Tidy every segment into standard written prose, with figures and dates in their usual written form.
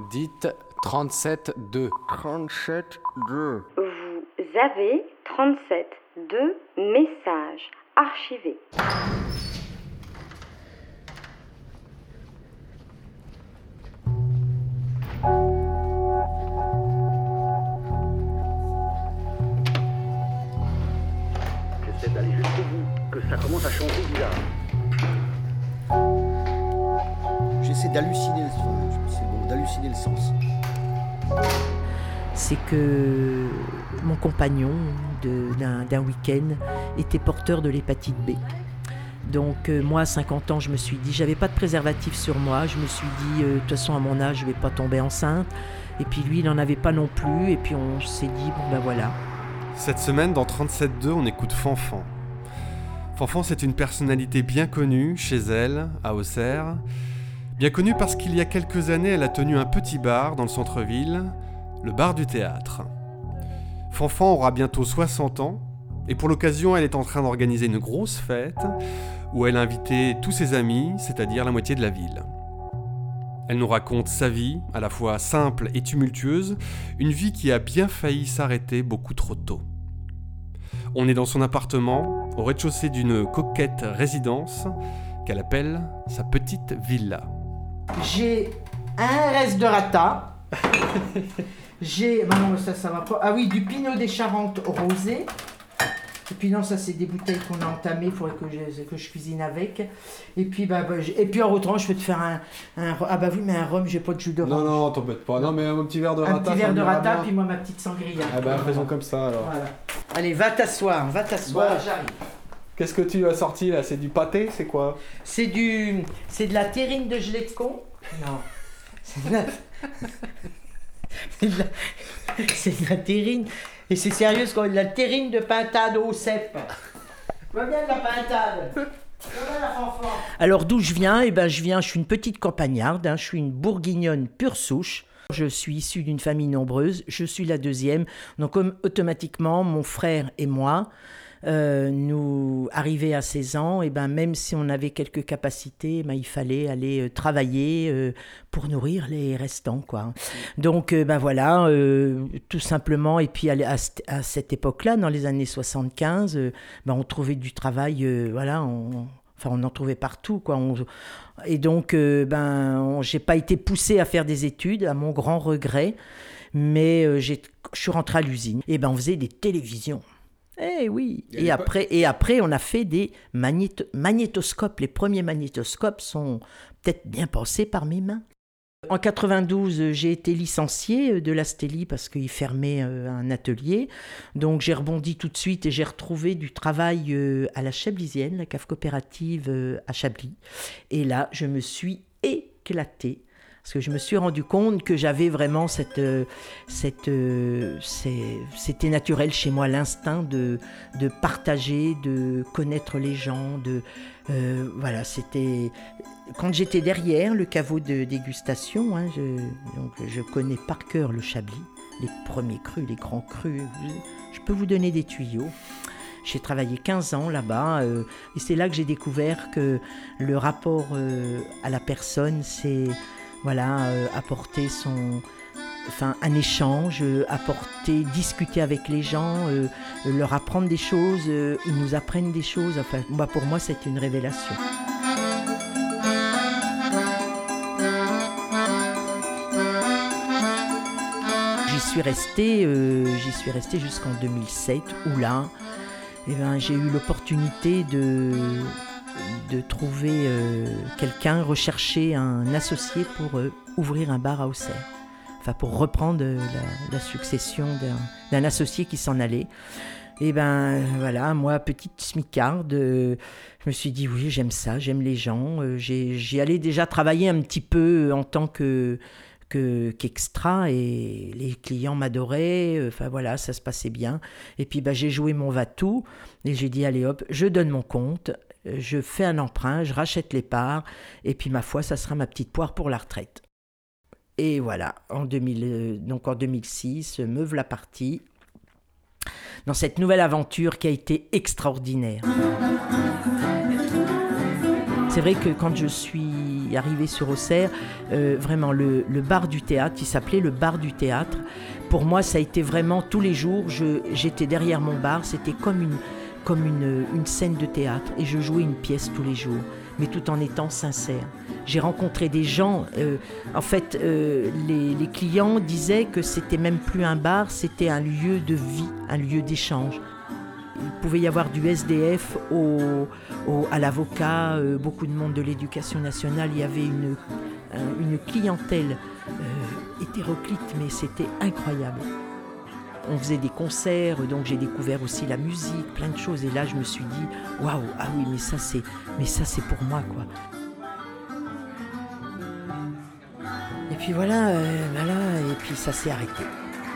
Dites 37-2. 37-2. Vous avez 37-2 messages archivés. J'essaie d'aller jusqu'au bout, que ça commence à changer bizarre. J'essaie d'halluciner, d'halluciner le sens. C'est que mon compagnon d'un week-end était porteur de l'hépatite B. Donc moi, à 50 ans, je me suis dit, j'avais pas de préservatif sur moi, je me suis dit, de toute façon, à mon âge, je vais pas tomber enceinte. Et puis lui, il en avait pas non plus, et puis on s'est dit, bon ben voilà. Cette semaine, dans 37.2, on écoute Fanfan. Fanfan, c'est une personnalité bien connue chez elle, à Auxerre. Bien connue parce qu'il y a quelques années, elle a tenu un petit bar dans le centre-ville, le bar du théâtre. Fanfan aura bientôt 60 ans, et pour l'occasion, elle est en train d'organiser une grosse fête où elle a invité tous ses amis, c'est-à-dire la moitié de la ville. Elle nous raconte sa vie, à la fois simple et tumultueuse, une vie qui a bien failli s'arrêter beaucoup trop tôt. On est dans son appartement, au rez-de-chaussée d'une coquette résidence qu'elle appelle sa petite villa. J'ai un reste de rata. J'ai... Bah non, ça va pas. Ah oui, du Pinot des Charentes rosé. Et puis non, ça c'est des bouteilles qu'on a entamées, il faudrait que je cuisine avec. Et puis et puis en rentrant, je vais te faire un ah bah oui, mais un rhum, j'ai pas de jus d'orange. Non, t'embête pas. Non, mais un petit verre de rata. Un petit verre de rata, puis moi ma petite sangria. Ah bah faisons comme ça alors. Voilà. Allez, va t'asseoir, Bon. j'arrive. Qu'est-ce que tu as sorti là? C'est du pâté? C'est quoi? C'est de la terrine de gelée de con. Non. C'est de la terrine. Et c'est sérieux, c'est de la terrine de pintade au cèpe. Tu vois bien de la pintade. Alors d'où je viens? Je suis une petite campagnarde, je suis une bourguignonne pure souche. Je suis issue d'une famille nombreuse, je suis la deuxième. Donc automatiquement, mon frère et moi, nous arrivés à 16 ans, même si on avait quelques capacités, il fallait aller travailler pour nourrir les restants, quoi. Donc voilà, tout simplement. Et puis à cette époque-là, dans les années 75, on trouvait du travail, on en trouvait partout, quoi. Et donc j'ai pas été poussée à faire des études, à mon grand regret, mais je suis rentrée à l'usine. On faisait des télévisions. Eh oui. Et après, on a fait des magnétoscopes. Les premiers magnétoscopes sont peut-être bien pensés par mes mains. En 92, j'ai été licenciée de l'Astelli parce qu'il fermait un atelier. Donc j'ai rebondi tout de suite et j'ai retrouvé du travail à la Chablisienne, la cave coopérative à Chablis. Et là, je me suis éclatée. Parce que je me suis rendu compte que j'avais vraiment c'était naturel chez moi, l'instinct de partager, de connaître les gens, c'était... Quand j'étais derrière le caveau de dégustation, je connais par cœur le Chablis, les premiers crus, les grands crus, je peux vous donner des tuyaux. J'ai travaillé 15 ans là-bas et c'est là que j'ai découvert que le rapport à la personne, c'est... apporter un échange, discuter avec les gens, leur apprendre des choses, ils nous apprennent des choses. Pour moi, c'est une révélation. J'y suis restée jusqu'en 2007, où là, j'ai eu l'opportunité de trouver quelqu'un, rechercher un associé pour ouvrir un bar à Auxerre. Pour reprendre la succession d'un associé qui s'en allait. Moi, petite smicarde, je me suis dit oui, j'aime ça, j'aime les gens. J'y allais déjà travailler un petit peu en tant qu'extra et les clients m'adoraient. Ça se passait bien. Et puis j'ai joué mon va-tout et j'ai dit allez hop, je donne mon compte. Je fais un emprunt, je rachète les parts, et puis ma foi, ça sera ma petite poire pour la retraite. Et voilà, en 2006, me voilà partie dans cette nouvelle aventure qui a été extraordinaire. C'est vrai que quand je suis suis arrivée sur Auxerre, vraiment le bar du théâtre, qui s'appelait le bar du théâtre. Pour moi, ça a été vraiment tous les jours, j'étais derrière mon bar, c'était comme une scène de théâtre et je jouais une pièce tous les jours, mais tout en étant sincère. J'ai rencontré des gens, les clients disaient que c'était même plus un bar, c'était un lieu de vie, un lieu d'échange. Il pouvait y avoir du SDF à l'avocat, beaucoup de monde de l'éducation nationale, il y avait une clientèle hétéroclite, mais c'était incroyable. On faisait des concerts, donc j'ai découvert aussi la musique, plein de choses. Et là, je me suis dit, waouh, ah oui, mais ça c'est pour moi, quoi. Et puis voilà, et puis ça s'est arrêté.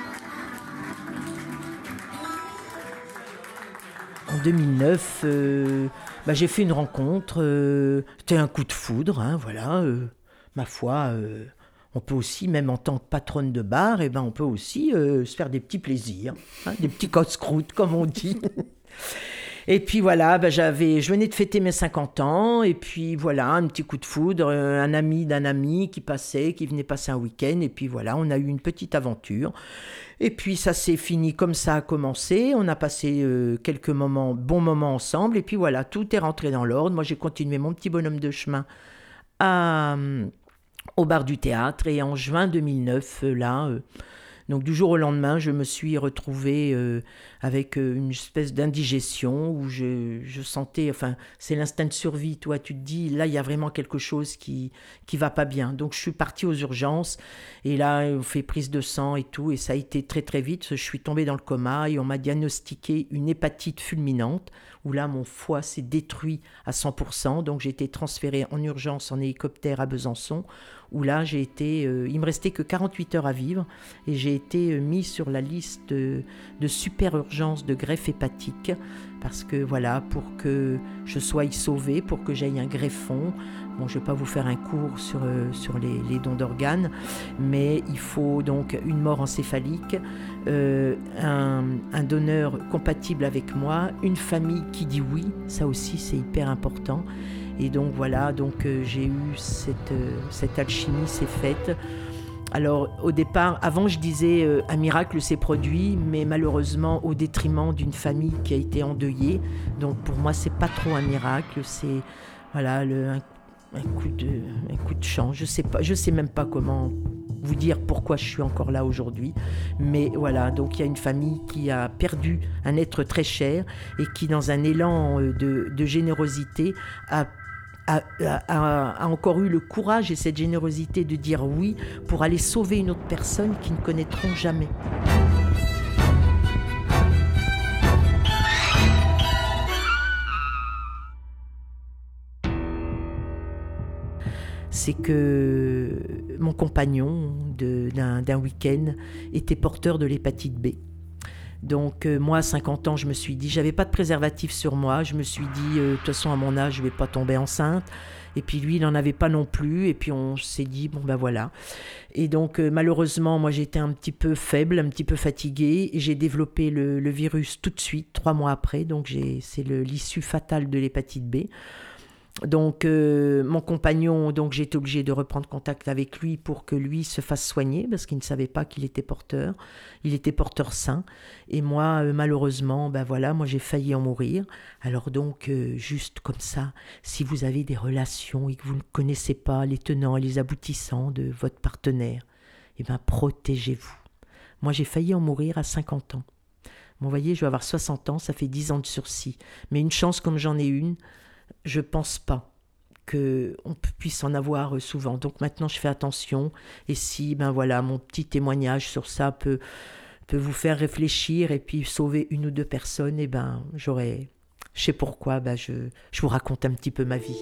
En 2009, j'ai fait une rencontre, c'était un coup de foudre, hein, voilà, ma foi. On peut aussi, même en tant que patronne de bar, on peut aussi se faire des petits plaisirs, hein, des petits casse-croûtes, comme on dit. Et puis voilà, je venais de fêter mes 50 ans, et puis voilà, un petit coup de foudre, un ami d'un ami qui venait passer un week-end, et puis voilà, on a eu une petite aventure. Et puis ça s'est fini comme ça a commencé, on a passé quelques bons moments ensemble, et puis voilà, tout est rentré dans l'ordre. Moi, j'ai continué mon petit bonhomme de chemin au bar du théâtre, et en juin 2009, donc du jour au lendemain, je me suis retrouvée avec une espèce d'indigestion où je sentais, c'est l'instinct de survie, toi, tu te dis, là, il y a vraiment quelque chose qui va pas bien. Donc je suis partie aux urgences, et là, on fait prise de sang et tout, et ça a été très très vite. Je suis tombée dans le coma, et on m'a diagnostiqué une hépatite fulminante, où là, mon foie s'est détruit à 100%, donc j'ai été transférée en urgence en hélicoptère à Besançon, où là, il me restait que 48 heures à vivre, et j'ai été mis sur la liste de super urgence de greffe hépatique, parce que voilà, pour que je sois sauvée, pour que j'aille un greffon. Bon, je ne vais pas vous faire un cours sur les dons d'organes, mais il faut donc une mort encéphalique, un donneur compatible avec moi, une famille qui dit oui, ça aussi c'est hyper important. Et donc voilà, j'ai eu cette alchimie s'est faite. Alors au départ, avant je disais un miracle s'est produit, mais malheureusement au détriment d'une famille qui a été endeuillée. Donc pour moi c'est pas trop un miracle, c'est voilà un coup de chance. Je sais même pas comment vous dire pourquoi je suis encore là aujourd'hui, mais voilà, donc il y a une famille qui a perdu un être très cher et qui dans un élan de générosité a encore eu le courage et cette générosité de dire oui pour aller sauver une autre personne qu'ils ne connaîtront jamais. C'est que mon compagnon d'un week-end était porteur de l'hépatite B. Donc moi à 50 ans je me suis dit, j'avais pas de préservatif sur moi, je me suis dit de toute façon à mon âge je vais pas tomber enceinte, et puis lui il en avait pas non plus, et puis on s'est dit bon ben voilà, et donc malheureusement moi j'étais un petit peu faible, un petit peu fatiguée, et j'ai développé le virus tout de suite 3 mois après, donc c'est l'issue fatale de l'hépatite B. Donc mon compagnon, donc j'ai été obligée de reprendre contact avec lui pour que lui se fasse soigner parce qu'il ne savait pas qu'il était porteur. Il était porteur sain et moi malheureusement moi j'ai failli en mourir. Alors donc juste comme ça, si vous avez des relations et que vous ne connaissez pas les tenants et les aboutissants de votre partenaire, protégez-vous. Moi j'ai failli en mourir à 50 ans. Bon, vous voyez, je vais avoir 60 ans, ça fait 10 ans de sursis. Mais une chance comme j'en ai une, je pense pas qu'on puisse en avoir souvent. Donc maintenant, je fais attention. Et si, mon petit témoignage sur ça peut vous faire réfléchir et puis sauver 1 ou 2 personnes, je sais pourquoi, je vous raconte un petit peu ma vie.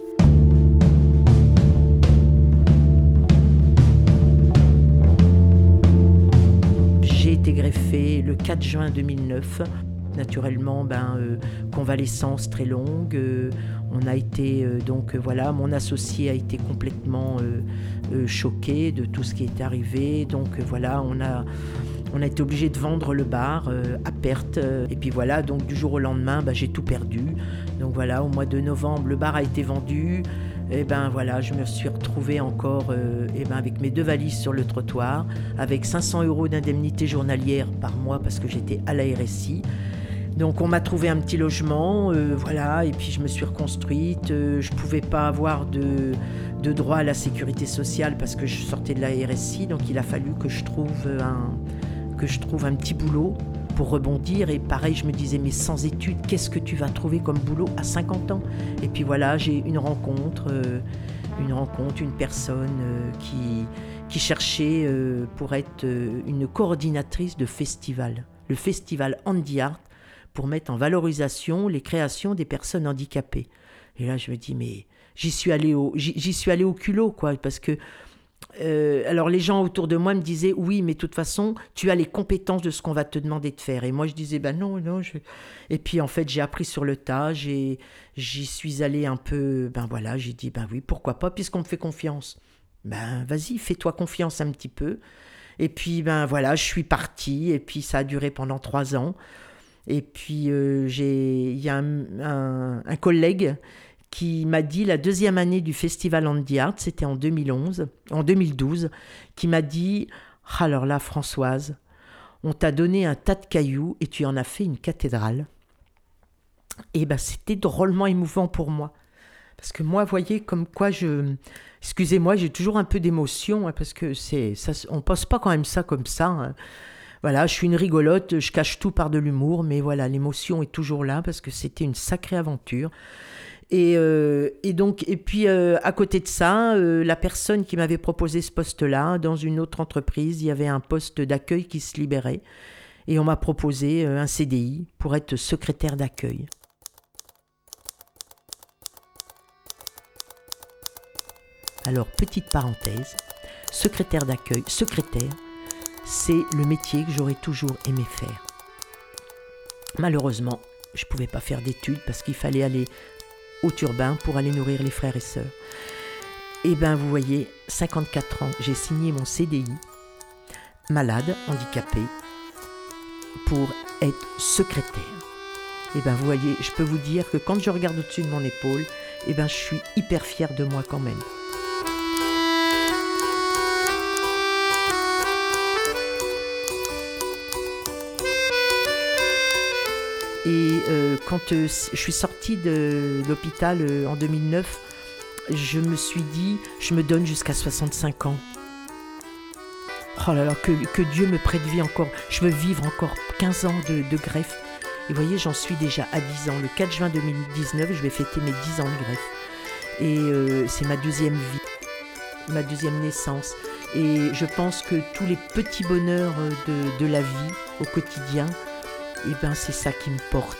J'ai été greffée le 4 juin 2009. Naturellement, convalescence très longue. On a été, mon associé a été complètement choqué de tout ce qui est arrivé. Donc on a été obligé de vendre le bar à perte. Et puis voilà, donc du jour au lendemain, j'ai tout perdu. Donc voilà, au mois de novembre, le bar a été vendu. Et ben voilà, je me suis retrouvée encore avec mes 2 valises sur le trottoir, avec 500 € d'indemnité journalière par mois parce que j'étais à la RSI. Donc on m'a trouvé un petit logement, voilà, et puis je me suis reconstruite. Je ne pouvais pas avoir de droit à la sécurité sociale parce que je sortais de la RSI, donc il a fallu que je trouve un petit boulot pour rebondir. Et pareil, je me disais, mais sans études, qu'est-ce que tu vas trouver comme boulot à 50 ans ? Et puis voilà, j'ai une rencontre, une personne qui cherchait pour être une coordinatrice de festival, le festival Handy Art, pour mettre en valorisation les créations des personnes handicapées. Et là, je me dis, mais j'y suis allée au culot, quoi, parce que alors les gens autour de moi me disaient, oui, mais de toute façon, tu as les compétences de ce qu'on va te demander de faire. Et moi, je disais, non. Et puis, en fait, j'ai appris sur le tas, j'y suis allée un peu, j'ai dit, oui, pourquoi pas, puisqu'on me fait confiance. Vas-y, fais-toi confiance un petit peu. Et puis, je suis partie, et puis ça a duré pendant 3 ans. Et puis, il y a un collègue qui m'a dit, la 2e année du Festival Handy Art, c'était en 2012, qui m'a dit, alors là, Françoise, on t'a donné un tas de cailloux et tu en as fait une cathédrale. Et c'était drôlement émouvant pour moi. Parce que moi, vous voyez, comme quoi excusez-moi, j'ai toujours un peu d'émotion, parce que on ne passe pas quand même ça comme ça, hein. Voilà, je suis une rigolote, je cache tout par de l'humour, mais voilà, l'émotion est toujours là parce que c'était une sacrée aventure. Et puis à côté de ça, la personne qui m'avait proposé ce poste-là, dans une autre entreprise, il y avait un poste d'accueil qui se libérait. Et on m'a proposé un CDI pour être secrétaire d'accueil. Alors, petite parenthèse, secrétaire d'accueil, c'est le métier que j'aurais toujours aimé faire. Malheureusement, je ne pouvais pas faire d'études parce qu'il fallait aller au Turbin pour aller nourrir les frères et sœurs. Et vous voyez, 54 ans, j'ai signé mon CDI, malade, handicapé, pour être secrétaire. Et vous voyez, je peux vous dire que quand je regarde au-dessus de mon épaule, je suis hyper fière de moi quand même. Et quand je suis sortie de l'hôpital en 2009, je me suis dit, je me donne jusqu'à 65 ans. Oh là là, que Dieu me prête vie encore. Je veux vivre encore 15 ans de greffe. Et vous voyez, j'en suis déjà à 10 ans. Le 4 juin 2019, je vais fêter mes 10 ans de greffe. Et c'est ma 2e vie, ma 2e naissance. Et je pense que tous les petits bonheurs de la vie au quotidien, c'est ça qui me porte.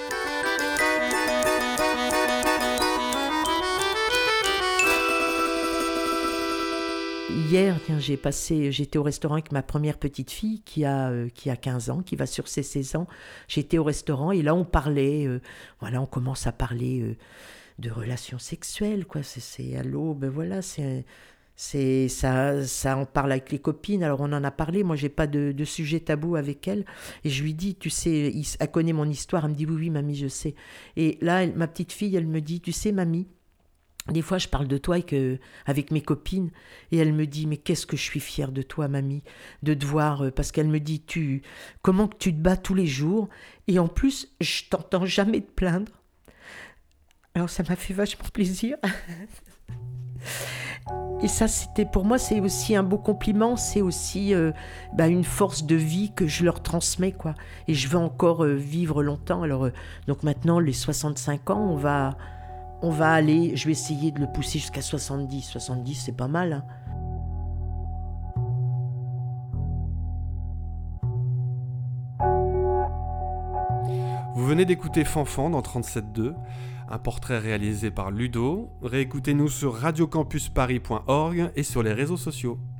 Hier, j'étais au restaurant avec ma première petite fille qui a 15 ans, qui va sur ses 16 ans. J'étais au restaurant et là on parlait, on commence à parler de relations sexuelles, quoi. C'est à l'aube, voilà, ça on parle avec les copines, alors on en a parlé, moi j'ai pas de sujet tabou avec elle, et je lui dis, tu sais, elle connaît mon histoire, elle me dit oui mamie, je sais. Et là, ma petite fille, elle me dit, tu sais mamie, des fois je parle de toi avec mes copines, et elle me dit, mais qu'est-ce que je suis fière de toi mamie, de te voir, parce qu'elle me dit, comment que tu te bats tous les jours, et en plus je t'entends jamais te plaindre. Alors ça m'a fait vachement plaisir. Et ça, pour moi, c'est aussi un beau compliment, c'est aussi une force de vie que je leur transmets, quoi. Et je veux encore vivre longtemps. Alors, donc maintenant, les 65 ans, on va aller, je vais essayer de le pousser jusqu'à 70. 70, c'est pas mal, hein. Vous venez d'écouter Fanfan dans 37.2, un portrait réalisé par Ludo. Réécoutez-nous sur radiocampusparis.org et sur les réseaux sociaux.